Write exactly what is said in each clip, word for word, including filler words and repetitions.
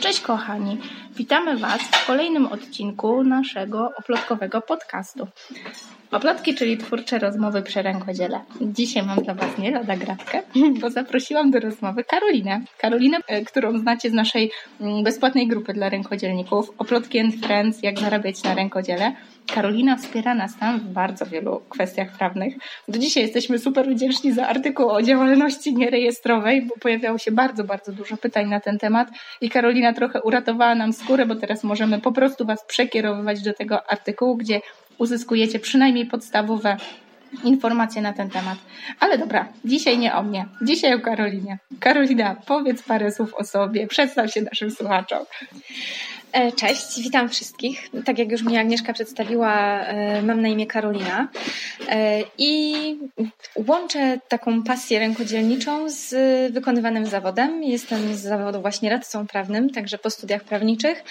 Cześć kochani, witamy Was w kolejnym odcinku naszego oplotkowego podcastu. Oplotki, czyli twórcze rozmowy przy rękodziele. Dzisiaj mam dla Was nie lada gratkę, bo zaprosiłam do rozmowy Karolinę. Karolinę, którą znacie z naszej bezpłatnej grupy dla rękodzielników Oplotki and Friends, jak zarabiać na rękodziele. Karolina wspiera nas tam w bardzo wielu kwestiach prawnych. Do dzisiaj jesteśmy super wdzięczni za artykuł o działalności nierejestrowej, bo pojawiało się bardzo, bardzo dużo pytań na ten temat i Karolina trochę uratowała nam skórę, bo teraz możemy po prostu Was przekierowywać do tego artykułu, gdzie uzyskujecie przynajmniej podstawowe informacje na ten temat. Ale dobra, dzisiaj nie o mnie, dzisiaj o Karolinie. Karolina, powiedz parę słów o sobie, przedstaw się naszym słuchaczom. Cześć, witam wszystkich. Tak jak już mnie Agnieszka przedstawiła, mam na imię Karolina i łączę taką pasję rękodzielniczą z wykonywanym zawodem. Jestem z zawodu właśnie radcą prawnym, także po studiach prawniczych.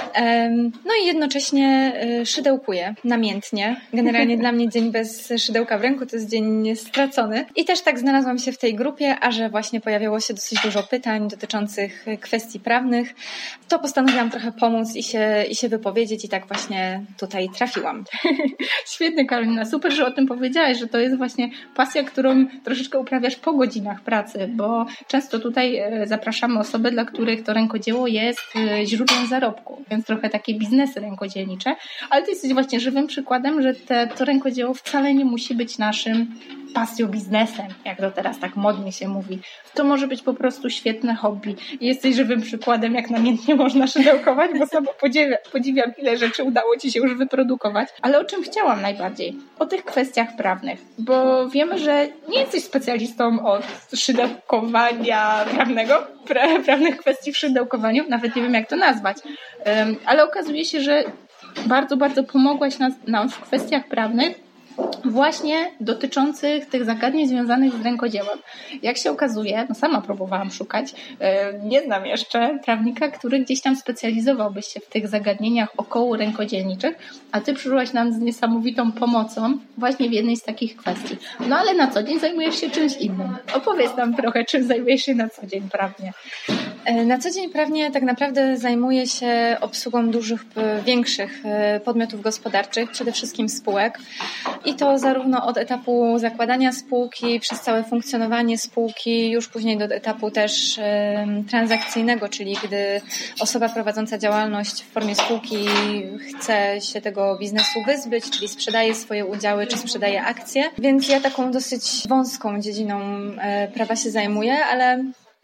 No i jednocześnie szydełkuję namiętnie. Generalnie dla mnie dzień bez szydełka w ręku to jest dzień stracony. I też tak znalazłam się w tej grupie, a że właśnie pojawiało się dosyć dużo pytań dotyczących kwestii prawnych, to postanowiłam trochę pomóc pomóc i się, i się wypowiedzieć i tak właśnie tutaj trafiłam. Świetnie, Karolina. Super, że o tym powiedziałaś, że to jest właśnie pasja, którą troszeczkę uprawiasz po godzinach pracy, bo często tutaj zapraszamy osoby, dla których to rękodzieło jest źródłem zarobku, więc trochę takie biznesy rękodzielnicze, ale ty jesteś właśnie żywym przykładem, że te, to rękodzieło wcale nie musi być naszym pasją, biznesem, jak to teraz tak modnie się mówi. To może być po prostu świetne hobby. I jesteś żywym przykładem, jak namiętnie można szydełkować, bo sama podziwiam, podziwiam, ile rzeczy udało Ci się już wyprodukować. Ale o czym chciałam najbardziej? O tych kwestiach prawnych, bo wiemy, że nie jesteś specjalistą od szydełkowania prawnego, pra, prawnych kwestii w szydełkowaniu, nawet nie wiem, jak to nazwać, um, ale okazuje się, że bardzo, bardzo pomogłaś nas, nam w kwestiach prawnych, właśnie dotyczących tych zagadnień związanych z rękodziełem. Jak się okazuje, no sama próbowałam szukać, nie znam jeszcze prawnika, który gdzieś tam specjalizowałby się w tych zagadnieniach około rękodzielniczych, a ty przyszłaś nam z niesamowitą pomocą właśnie w jednej z takich kwestii. No ale na co dzień zajmujesz się czymś innym. Opowiedz nam trochę, czym zajmujesz się na co dzień prawnie. Na co dzień prawnie tak naprawdę zajmuję się obsługą dużych, większych podmiotów gospodarczych, przede wszystkim spółek. I to zarówno od etapu zakładania spółki, przez całe funkcjonowanie spółki, już później do etapu też transakcyjnego, czyli gdy osoba prowadząca działalność w formie spółki chce się tego biznesu wyzbyć, czyli sprzedaje swoje udziały, czy sprzedaje akcje. Więc ja taką dosyć wąską dziedziną prawa się zajmuję, ale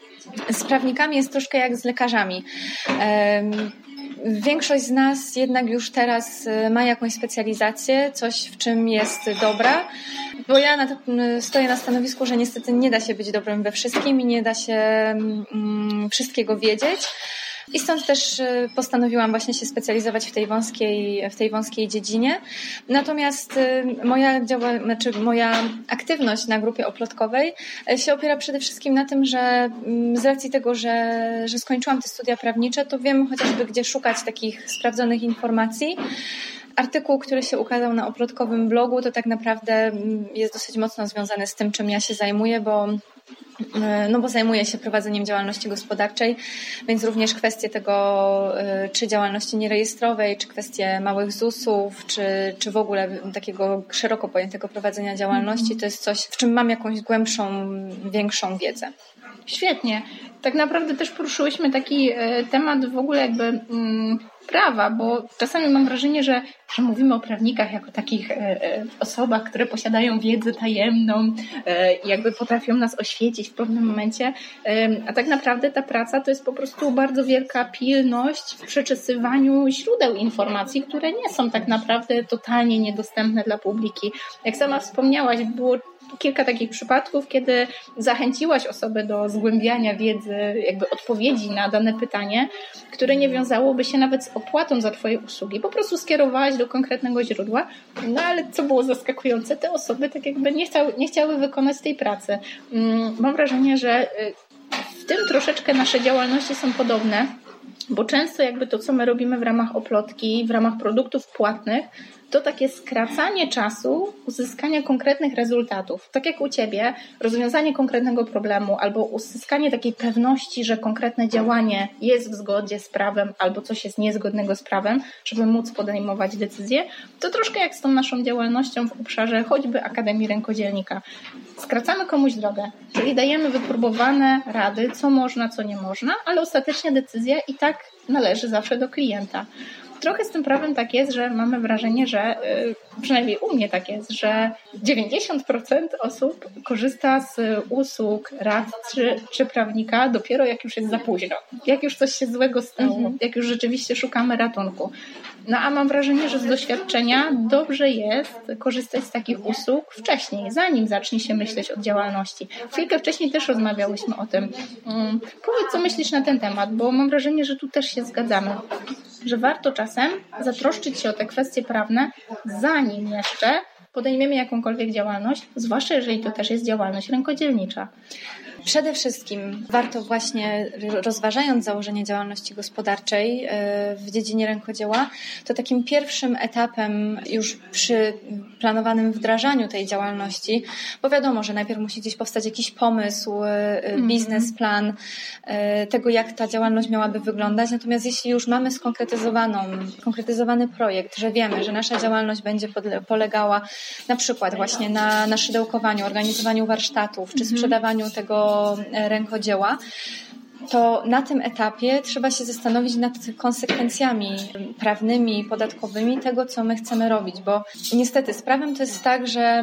z prawnikami jest troszkę jak z lekarzami. Większość z nas jednak już teraz ma jakąś specjalizację, coś w czym jest dobra, bo ja na to, stoję na stanowisku, że niestety nie da się być dobrym we wszystkim i nie da się mm, wszystkiego wiedzieć. I stąd też postanowiłam właśnie się specjalizować w tej wąskiej, w tej wąskiej dziedzinie. Natomiast moja, działa, znaczy moja aktywność na grupie oplotkowej się opiera przede wszystkim na tym, że z racji tego, że, że skończyłam te studia prawnicze, to wiem chociażby gdzie szukać takich sprawdzonych informacji. Artykuł, który się ukazał na oplotkowym blogu, to tak naprawdę jest dosyć mocno związany z tym, czym ja się zajmuję, bo No bo zajmuję się prowadzeniem działalności gospodarczej, więc również kwestie tego, czy działalności nierejestrowej, czy kwestie małych zusów, czy, czy w ogóle takiego szeroko pojętego prowadzenia działalności, to jest coś, w czym mam jakąś głębszą, większą wiedzę. Świetnie. Tak naprawdę też poruszyłyśmy taki temat w ogóle jakby mm, prawa, bo czasami mam wrażenie, że, że mówimy o prawnikach jako takich e, e, osobach, które posiadają wiedzę tajemną e, i jakby potrafią nas oświecić w pewnym momencie, e, a tak naprawdę ta praca to jest po prostu bardzo wielka pilność w przeczesywaniu źródeł informacji, które nie są tak naprawdę totalnie niedostępne dla publiki. Jak sama wspomniałaś, było kilka takich przypadków, kiedy zachęciłaś osobę do zgłębiania wiedzy, jakby odpowiedzi na dane pytanie, które nie wiązałoby się nawet z opłatą za Twoje usługi. Po prostu skierowałaś do konkretnego źródła, no ale co było zaskakujące, te osoby tak jakby nie chciały, nie chciały wykonać tej pracy. Mam wrażenie, że w tym troszeczkę nasze działalności są podobne, bo często jakby to, co my robimy w ramach oplotki, w ramach produktów płatnych, to takie skracanie czasu uzyskania konkretnych rezultatów. Tak jak u Ciebie, rozwiązanie konkretnego problemu albo uzyskanie takiej pewności, że konkretne działanie jest w zgodzie z prawem albo coś jest niezgodnego z prawem, żeby móc podejmować decyzje, to troszkę jak z tą naszą działalnością w obszarze choćby Akademii Rękodzielnika. Skracamy komuś drogę, czyli dajemy wypróbowane rady, co można, co nie można, ale ostatecznie decyzja i tak należy zawsze do klienta. Trochę z tym prawem tak jest, że mamy wrażenie, że przynajmniej u mnie tak jest, że dziewięćdziesiąt procent osób korzysta z usług radcy czy prawnika dopiero jak już jest za późno, jak już coś się złego stało, mhm. jak już rzeczywiście szukamy ratunku. No a mam wrażenie, że z doświadczenia dobrze jest korzystać z takich usług wcześniej, zanim zacznie się myśleć o działalności. Chwilkę wcześniej też rozmawiałyśmy o tym. Hmm, powiedz, co myślisz na ten temat, bo mam wrażenie, że tu też się zgadzamy, że warto czasem zatroszczyć się o te kwestie prawne, zanim jeszcze podejmiemy jakąkolwiek działalność, zwłaszcza jeżeli to też jest działalność rękodzielnicza. Przede wszystkim warto właśnie, rozważając założenie działalności gospodarczej w dziedzinie rękodzieła, to takim pierwszym etapem już przy planowanym wdrażaniu tej działalności, bo wiadomo, że najpierw musi gdzieś powstać jakiś pomysł, biznesplan tego, jak ta działalność miałaby wyglądać. Natomiast jeśli już mamy skonkretyzowaną, konkretyzowany projekt, że wiemy, że nasza działalność będzie polegała na przykład właśnie na, na szydełkowaniu, organizowaniu warsztatów, czy sprzedawaniu tego rękodzieła, to na tym etapie trzeba się zastanowić nad konsekwencjami prawnymi, podatkowymi tego, co my chcemy robić, bo niestety z prawem to jest tak, że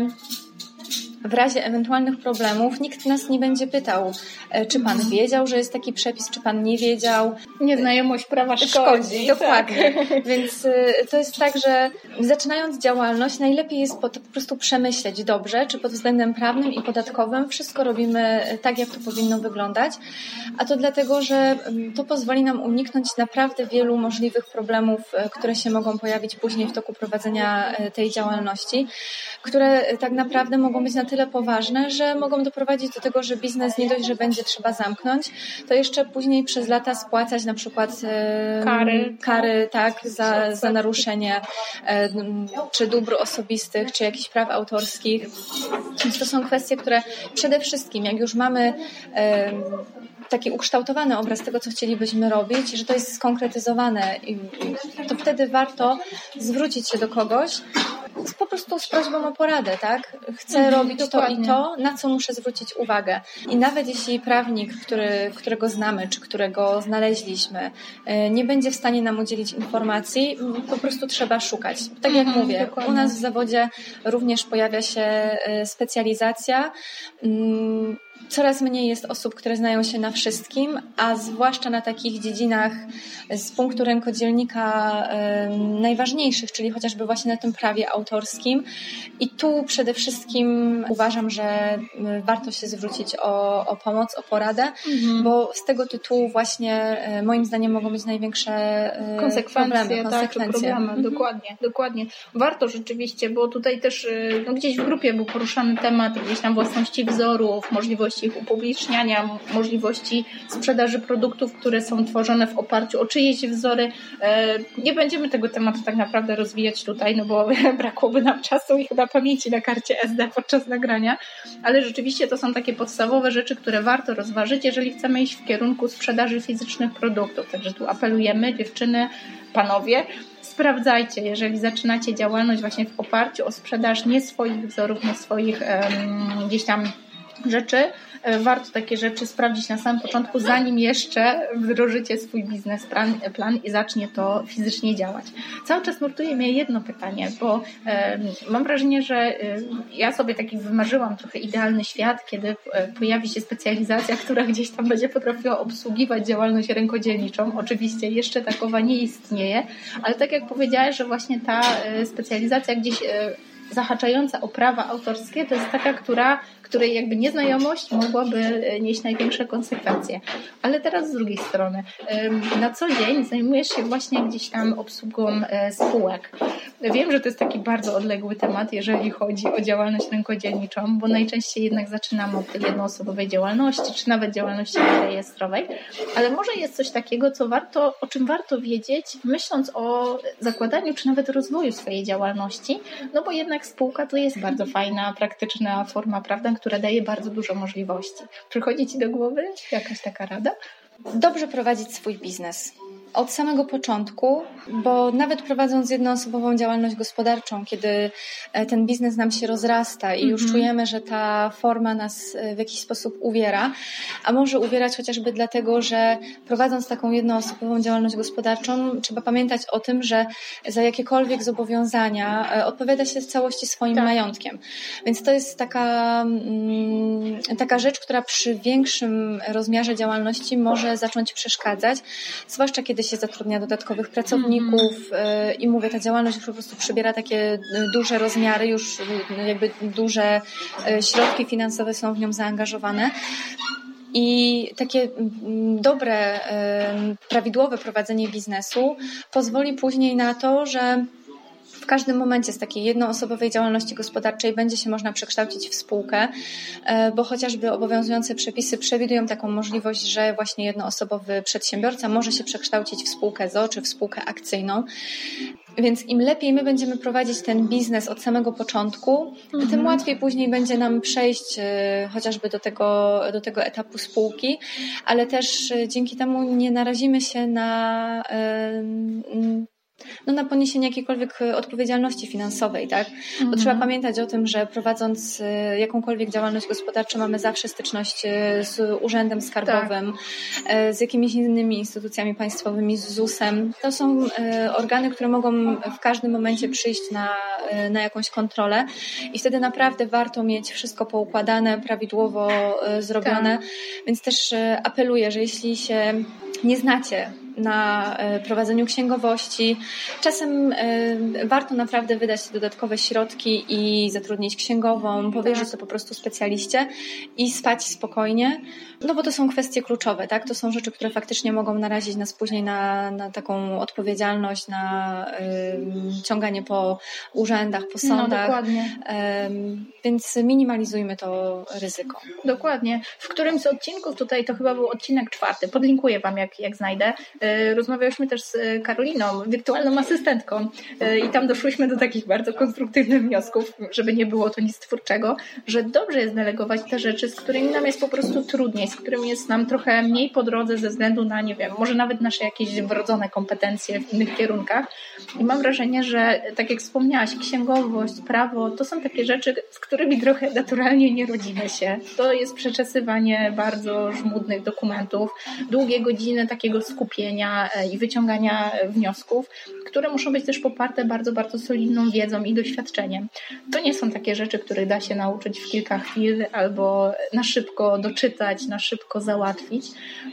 w razie ewentualnych problemów nikt nas nie będzie pytał, czy pan wiedział, że jest taki przepis, czy pan nie wiedział. Nieznajomość prawa szkodzi. Szkodzi, dokładnie. Tak. Więc to jest tak, że zaczynając działalność najlepiej jest po, po prostu przemyśleć dobrze, czy pod względem prawnym i podatkowym wszystko robimy tak, jak to powinno wyglądać. A to dlatego, że to pozwoli nam uniknąć naprawdę wielu możliwych problemów, które się mogą pojawić później w toku prowadzenia tej działalności, które tak naprawdę mogą być na tyle poważne, że mogą doprowadzić do tego, że biznes nie dość, że będzie trzeba zamknąć, to jeszcze później przez lata spłacać na przykład e, kary, kary tak, za, za naruszenie e, czy dóbr osobistych, czy jakichś praw autorskich. Więc to są kwestie, które przede wszystkim, jak już mamy e, taki ukształtowany obraz tego, co chcielibyśmy robić, że to jest skonkretyzowane, to wtedy warto zwrócić się do kogoś po prostu z prośbą o poradę, tak? Chcę mhm, robić dokładnie. to i to, na co muszę zwrócić uwagę. I nawet jeśli prawnik, który, którego znamy, czy którego znaleźliśmy, nie będzie w stanie nam udzielić informacji, po prostu trzeba szukać. Tak jak mhm, mówię, dokładnie. U nas w zawodzie również pojawia się specjalizacja. Coraz mniej jest osób, które znają się na wszystkim, a zwłaszcza na takich dziedzinach z punktu rękodzielnika y, najważniejszych, czyli chociażby właśnie na tym prawie autorskim. I tu przede wszystkim uważam, że warto się zwrócić o, o pomoc, o poradę, mhm. bo z tego tytułu właśnie y, moim zdaniem mogą być największe y, konsekwencje, problemy. Konsekwencje. Tak, problemy. Mhm. Dokładnie, dokładnie. Warto rzeczywiście, bo tutaj też y, no, gdzieś w grupie był poruszany temat gdzieś tam własności wzorów, możliwości ich upubliczniania, możliwości sprzedaży produktów, które są tworzone w oparciu o czyjeś wzory. Nie będziemy tego tematu tak naprawdę rozwijać tutaj, no bo brakłoby nam czasu i chyba pamięci na karcie S D podczas nagrania, ale rzeczywiście to są takie podstawowe rzeczy, które warto rozważyć, jeżeli chcemy iść w kierunku sprzedaży fizycznych produktów. Także tu apelujemy, dziewczyny, panowie, sprawdzajcie, jeżeli zaczynacie działalność właśnie w oparciu o sprzedaż nie swoich wzorów, nie swoich um, gdzieś tam rzeczy, warto takie rzeczy sprawdzić na samym początku, zanim jeszcze wdrożycie swój biznesplan plan i zacznie to fizycznie działać. Cały czas nurtuje mnie jedno pytanie, bo e, mam wrażenie, że e, ja sobie taki wymarzyłam trochę idealny świat, kiedy e, pojawi się specjalizacja, która gdzieś tam będzie potrafiła obsługiwać działalność rękodzielniczą. Oczywiście jeszcze takowa nie istnieje, ale tak jak powiedziałaś, że właśnie ta e, specjalizacja gdzieś e, zahaczająca o prawa autorskie, to jest taka, która której jakby nieznajomość mogłaby nieść największe konsekwencje. Ale teraz z drugiej strony, na co dzień zajmujesz się właśnie gdzieś tam obsługą spółek. Wiem, że to jest taki bardzo odległy temat, jeżeli chodzi o działalność rękodzielniczą, bo najczęściej jednak zaczynamy od tej jednoosobowej działalności, czy nawet działalności rejestrowej, ale może jest coś takiego, co warto, o czym warto wiedzieć, myśląc o zakładaniu, czy nawet rozwoju swojej działalności, no bo jednak spółka to jest bardzo fajna, praktyczna forma prawna, która daje bardzo dużo możliwości. Przychodzi Ci do głowy jakaś taka rada? Dobrze prowadzić swój biznes. Od samego początku, bo nawet prowadząc jednoosobową działalność gospodarczą, kiedy ten biznes nam się rozrasta i już mm-hmm. czujemy, że ta forma nas w jakiś sposób uwiera, a może uwierać chociażby dlatego, że prowadząc taką jednoosobową działalność gospodarczą trzeba pamiętać o tym, że za jakiekolwiek zobowiązania odpowiada się w całości swoim tak. majątkiem. Więc to jest taka, taka rzecz, która przy większym rozmiarze działalności może zacząć przeszkadzać, zwłaszcza kiedy się zatrudnia dodatkowych pracowników mm. i mówię, ta działalność już po prostu przybiera takie duże rozmiary, już jakby duże środki finansowe są w nią zaangażowane. I takie dobre, prawidłowe prowadzenie biznesu pozwoli później na to, że w każdym momencie z takiej jednoosobowej działalności gospodarczej będzie się można przekształcić w spółkę, bo chociażby obowiązujące przepisy przewidują taką możliwość, że właśnie jednoosobowy przedsiębiorca może się przekształcić w spółkę z o o czy w spółkę akcyjną. Więc im lepiej my będziemy prowadzić ten biznes od samego początku, mhm. tym łatwiej później będzie nam przejść chociażby do tego, do tego etapu spółki, ale też dzięki temu nie narazimy się na no, na poniesienie jakiejkolwiek odpowiedzialności finansowej, tak? Bo mhm. trzeba pamiętać o tym, że prowadząc jakąkolwiek działalność gospodarczą mamy zawsze styczność z Urzędem Skarbowym, tak. z jakimiś innymi instytucjami państwowymi, z zusem. To są organy, które mogą w każdym momencie przyjść na, na jakąś kontrolę i wtedy naprawdę warto mieć wszystko poukładane, prawidłowo zrobione. Tak. Więc też apeluję, że jeśli się nie znacie na prowadzeniu księgowości. Czasem warto naprawdę wydać dodatkowe środki i zatrudnić księgową, powierzyć to po prostu specjaliście i spać spokojnie, no bo to są kwestie kluczowe, tak? To są rzeczy, które faktycznie mogą narazić nas później na, na taką odpowiedzialność, na y, ciąganie po urzędach, po sądach. No, dokładnie. Y, więc minimalizujmy to ryzyko. Dokładnie. W którymś z odcinków, tutaj to chyba był odcinek czwarty, podlinkuję Wam jak, jak znajdę, rozmawiałyśmy też z Karoliną, wirtualną asystentką i tam doszłyśmy do takich bardzo konstruktywnych wniosków, żeby nie było to nic twórczego, że dobrze jest delegować te rzeczy, z którymi nam jest po prostu trudniej, z którymi jest nam trochę mniej po drodze ze względu na, nie wiem, może nawet nasze jakieś wrodzone kompetencje w innych kierunkach. I mam wrażenie, że tak jak wspomniałaś, księgowość, prawo, to są takie rzeczy, z którymi trochę naturalnie nie rodzimy się. To jest przeczesywanie bardzo żmudnych dokumentów, długie godziny takiego skupienia i wyciągania wniosków, które muszą być też poparte bardzo, bardzo solidną wiedzą i doświadczeniem. To nie są takie rzeczy, których da się nauczyć w kilka chwil albo na szybko doczytać, na szybko załatwić.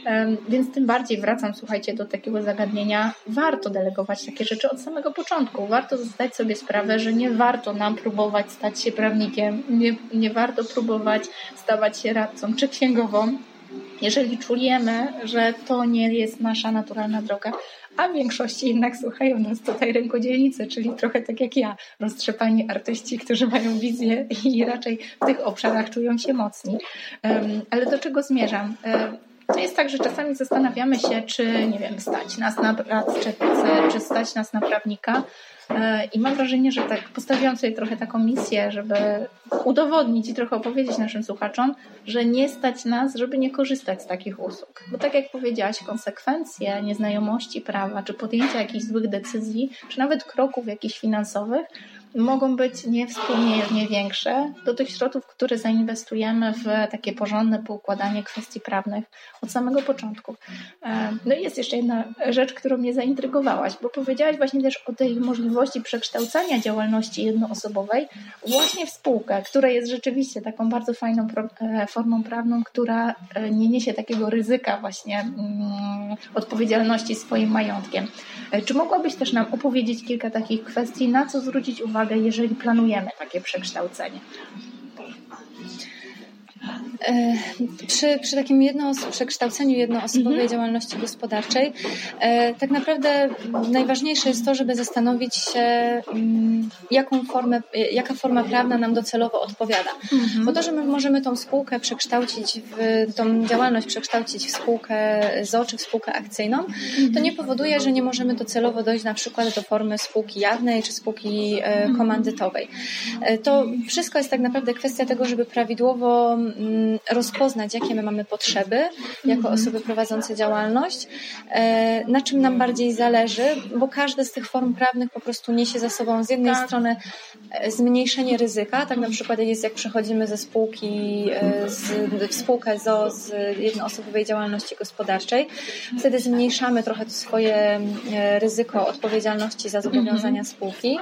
Więc tym bardziej wracam, słuchajcie, do takiego zagadnienia. Warto delegować takie rzeczy od samego początku. Warto zdać sobie sprawę, że nie warto nam próbować stać się prawnikiem, nie, nie warto próbować stawać się radcą czy księgową, jeżeli czujemy, że to nie jest nasza naturalna droga, a w większości jednak słuchają nas tutaj rękodzielnicy, czyli trochę tak jak ja, roztrzepani artyści, którzy mają wizję i raczej w tych obszarach czują się mocni. Um, ale do czego zmierzam? Um, To jest tak, że czasami zastanawiamy się, czy, nie wiem, stać nas na radcę, czy stać nas na prawnika. I mam wrażenie, że tak postawiłam sobie trochę taką misję, żeby udowodnić i trochę opowiedzieć naszym słuchaczom, że nie stać nas, żeby nie korzystać z takich usług. Bo tak jak powiedziałaś, konsekwencje nieznajomości prawa, czy podjęcia jakichś złych decyzji, czy nawet kroków jakichś finansowych mogą być niewspółmiernie większe do tych środków, które zainwestujemy w takie porządne poukładanie kwestii prawnych od samego początku. No i jest jeszcze jedna rzecz, którą mnie zaintrygowałaś, bo powiedziałaś właśnie też o tej możliwości przekształcania działalności jednoosobowej właśnie w spółkę, która jest rzeczywiście taką bardzo fajną formą prawną, która nie niesie takiego ryzyka właśnie odpowiedzialności swoim majątkiem. Czy mogłabyś też nam opowiedzieć kilka takich kwestii, na co zwrócić uwagę, jeżeli planujemy takie przekształcenie? Przy, przy takim jednoos- przekształceniu jednoosobowej mhm. działalności gospodarczej e, tak naprawdę najważniejsze jest to, żeby zastanowić się, m, jaką formę, jaka forma prawna nam docelowo odpowiada. Mhm. Bo to, że my możemy tą spółkę przekształcić, w, tą działalność przekształcić w spółkę z o o czy w spółkę akcyjną, mhm. to nie powoduje, że nie możemy docelowo dojść na przykład do formy spółki jawnej czy spółki e, komandytowej. E, to wszystko jest tak naprawdę kwestia tego, żeby prawidłowo m, rozpoznać, jakie my mamy potrzeby jako osoby prowadzące działalność, na czym nam bardziej zależy, bo każda z tych form prawnych po prostu niesie za sobą z jednej tak. strony zmniejszenie ryzyka, tak na przykład jest jak przechodzimy ze spółki z, w spółkę z o o z jednoosobowej działalności gospodarczej, wtedy zmniejszamy trochę to swoje ryzyko odpowiedzialności za zobowiązania spółki,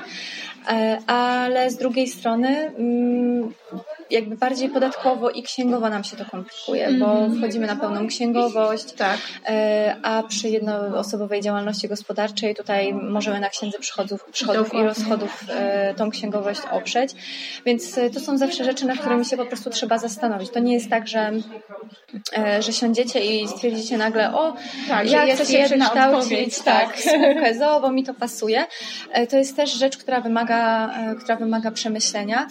ale z drugiej strony jakby bardziej podatkowo i księgowo nam się to komplikuje, mm-hmm. bo wchodzimy na pełną księgowość, tak. a przy jednoosobowej działalności gospodarczej tutaj możemy na księdze przychodów, przychodów i rozchodów tą księgowość oprzeć, więc to są zawsze rzeczy, nad którymi się po prostu trzeba zastanowić. To nie jest tak, że, że siądziecie i stwierdzicie nagle, o, tak, ja chcę się przekształcić tak, w spółkę z o o, bo mi to pasuje. To jest też rzecz, która wymaga, która wymaga przemyślenia.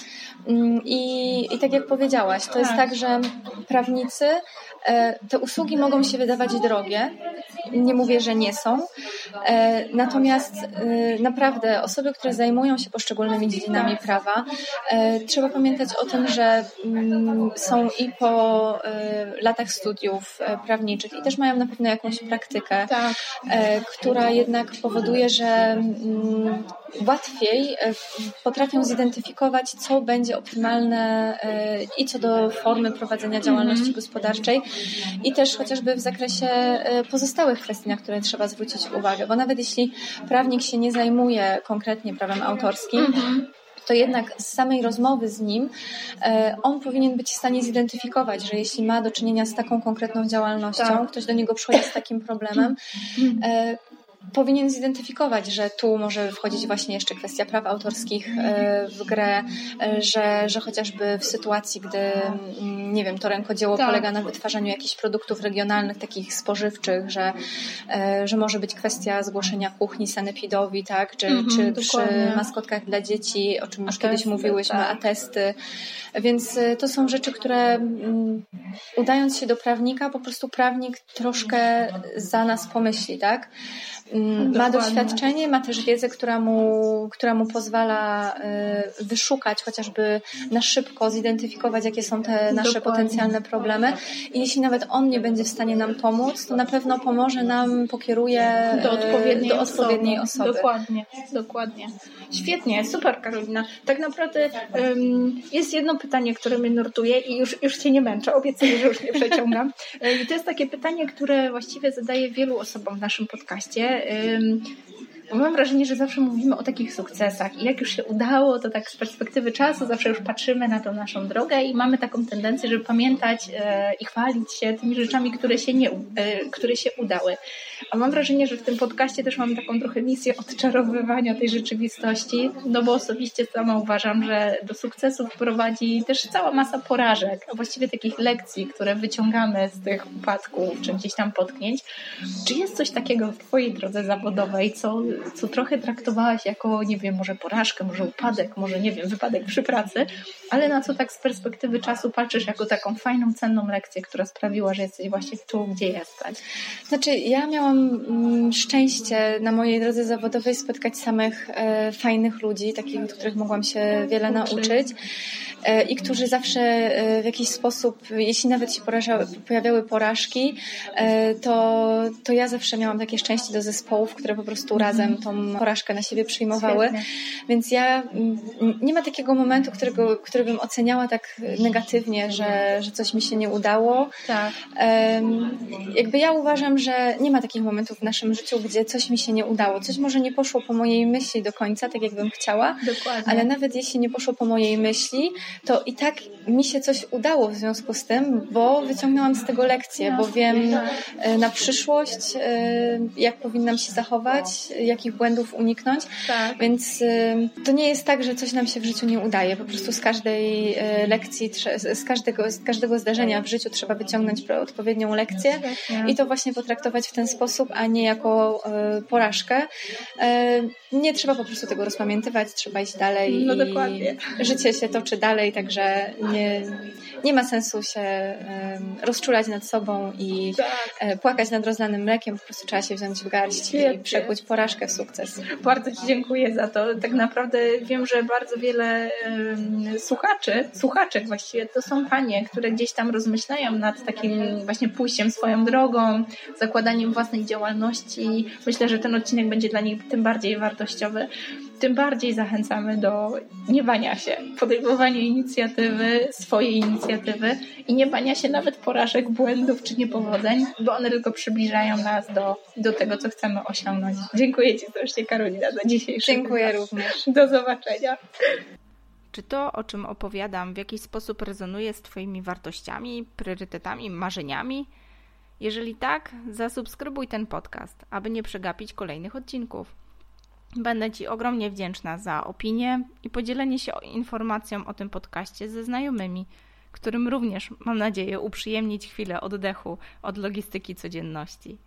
I, I tak jak powiedziałaś, to tak. jest tak, że prawnicy, te usługi mogą się wydawać drogie, nie mówię, że nie są, natomiast naprawdę osoby, które zajmują się poszczególnymi dziedzinami prawa, trzeba pamiętać o tym, że są i po latach studiów prawniczych i też mają na pewno jakąś praktykę, tak. która jednak powoduje, że łatwiej potrafią zidentyfikować, co będzie optymalne i co do formy prowadzenia działalności mm-hmm. gospodarczej i też chociażby w zakresie pozostałych kwestii, na które trzeba zwrócić uwagę, bo nawet jeśli prawnik się nie zajmuje konkretnie prawem autorskim, mm-hmm. to jednak z samej rozmowy z nim on powinien być w stanie zidentyfikować, że jeśli ma do czynienia z taką konkretną działalnością, tak. ktoś do niego przychodzi z takim problemem, mm-hmm. powinien zidentyfikować, że tu może wchodzić właśnie jeszcze kwestia praw autorskich w grę, że, że chociażby w sytuacji, gdy nie wiem, to rękodzieło tak. polega na wytwarzaniu jakichś produktów regionalnych, takich spożywczych, że, że może być kwestia zgłoszenia kuchni sanepidowi, tak? Czy, mhm, czy przy maskotkach dla dzieci, o czym już atesty, kiedyś mówiłyśmy, tak. atesty. Więc to są rzeczy, które udając się do prawnika, po prostu prawnik troszkę za nas pomyśli, tak? Ma doświadczenie, ma też wiedzę, która mu, która mu pozwala y, wyszukać chociażby na szybko, zidentyfikować, jakie są te nasze Dokładnie. potencjalne problemy i jeśli nawet on nie będzie w stanie nam pomóc, to na pewno pomoże nam, pokieruje do odpowiedniej, do odpowiedniej osoby. osoby. Dokładnie, dokładnie. Świetnie, super Karolina. Tak naprawdę um, jest jedno pytanie, które mnie nurtuje i już, już Cię nie męczę, obiecuję, że już nie przeciągam. I to jest takie pytanie, które właściwie zadaję wielu osobom w naszym podcaście. Mam wrażenie, że zawsze mówimy o takich sukcesach i jak już się udało, to tak z perspektywy czasu zawsze już patrzymy na tą naszą drogę i mamy taką tendencję, żeby pamiętać e, i chwalić się tymi rzeczami, które się, nie, e, które się udały. A mam wrażenie, że w tym podcaście też mamy taką trochę misję odczarowywania tej rzeczywistości, no bo osobiście sama uważam, że do sukcesów prowadzi też cała masa porażek, a właściwie takich lekcji, które wyciągamy z tych upadków czy gdzieś tam potknięć. Czy jest coś takiego w Twojej drodze zawodowej, co co trochę traktowałaś jako, nie wiem, może porażkę, może upadek, może, nie wiem, wypadek przy pracy, ale na co tak z perspektywy czasu patrzysz jako taką fajną, cenną lekcję, która sprawiła, że jesteś właśnie tu, gdzie jesteś? Znaczy, ja miałam mm, szczęście na mojej drodze zawodowej spotkać samych e, fajnych ludzi, takich, od których mogłam się wiele nauczyć e, i którzy zawsze e, w jakiś sposób, jeśli nawet się porażały, pojawiały porażki, e, to, to ja zawsze miałam takie szczęście do zespołów, które po prostu razem tą porażkę na siebie przyjmowały. Świetnie. Więc ja nie ma takiego momentu, którego, który bym oceniała tak negatywnie, że, że coś mi się nie udało. Tak. Um, jakby ja uważam, że nie ma takich momentów w naszym życiu, gdzie coś mi się nie udało. Coś może nie poszło po mojej myśli do końca, tak jakbym chciała. Dokładnie. Ale nawet jeśli nie poszło po mojej myśli, to i tak mi się coś udało w związku z tym, bo wyciągnęłam z tego lekcję, bo wiem na przyszłość, jak powinnam się zachować, jak jakich błędów uniknąć. Tak. Więc to nie jest tak, że coś nam się w życiu nie udaje. Po prostu z każdej lekcji, z każdego, z każdego zdarzenia w życiu trzeba wyciągnąć odpowiednią lekcję i to właśnie potraktować w ten sposób, a nie jako porażkę. Nie trzeba po prostu tego rozpamiętywać, trzeba iść dalej. No dokładnie. I życie się toczy dalej, także nie, nie ma sensu się rozczulać nad sobą i tak. płakać nad rozlanym mlekiem, po prostu trzeba się wziąć w garść Świetnie. I przekuć porażkę w sukces. Bardzo Ci dziękuję za to. Tak naprawdę wiem, że bardzo wiele um, słuchaczy, słuchaczek właściwie, to są panie, które gdzieś tam rozmyślają nad takim właśnie pójściem swoją drogą, zakładaniem własnej działalności. Myślę, że ten odcinek będzie dla nich tym bardziej wartościowy. Tym bardziej zachęcamy do nie bania się, podejmowania inicjatywy, swojej inicjatywy i nie bania się nawet porażek, błędów czy niepowodzeń, bo one tylko przybliżają nas do, do tego, co chcemy osiągnąć. Dziękuję Ci strasznie, Karolina, za dzisiejszy Dziękuję wywiad. Również. Do zobaczenia. Czy to, o czym opowiadam, w jakiś sposób rezonuje z Twoimi wartościami, priorytetami, marzeniami? Jeżeli tak, zasubskrybuj ten podcast, aby nie przegapić kolejnych odcinków. Będę Ci ogromnie wdzięczna za opinię i podzielenie się informacją o tym podcaście ze znajomymi, którym również, mam nadzieję, uprzyjemnić chwilę oddechu od logistyki codzienności.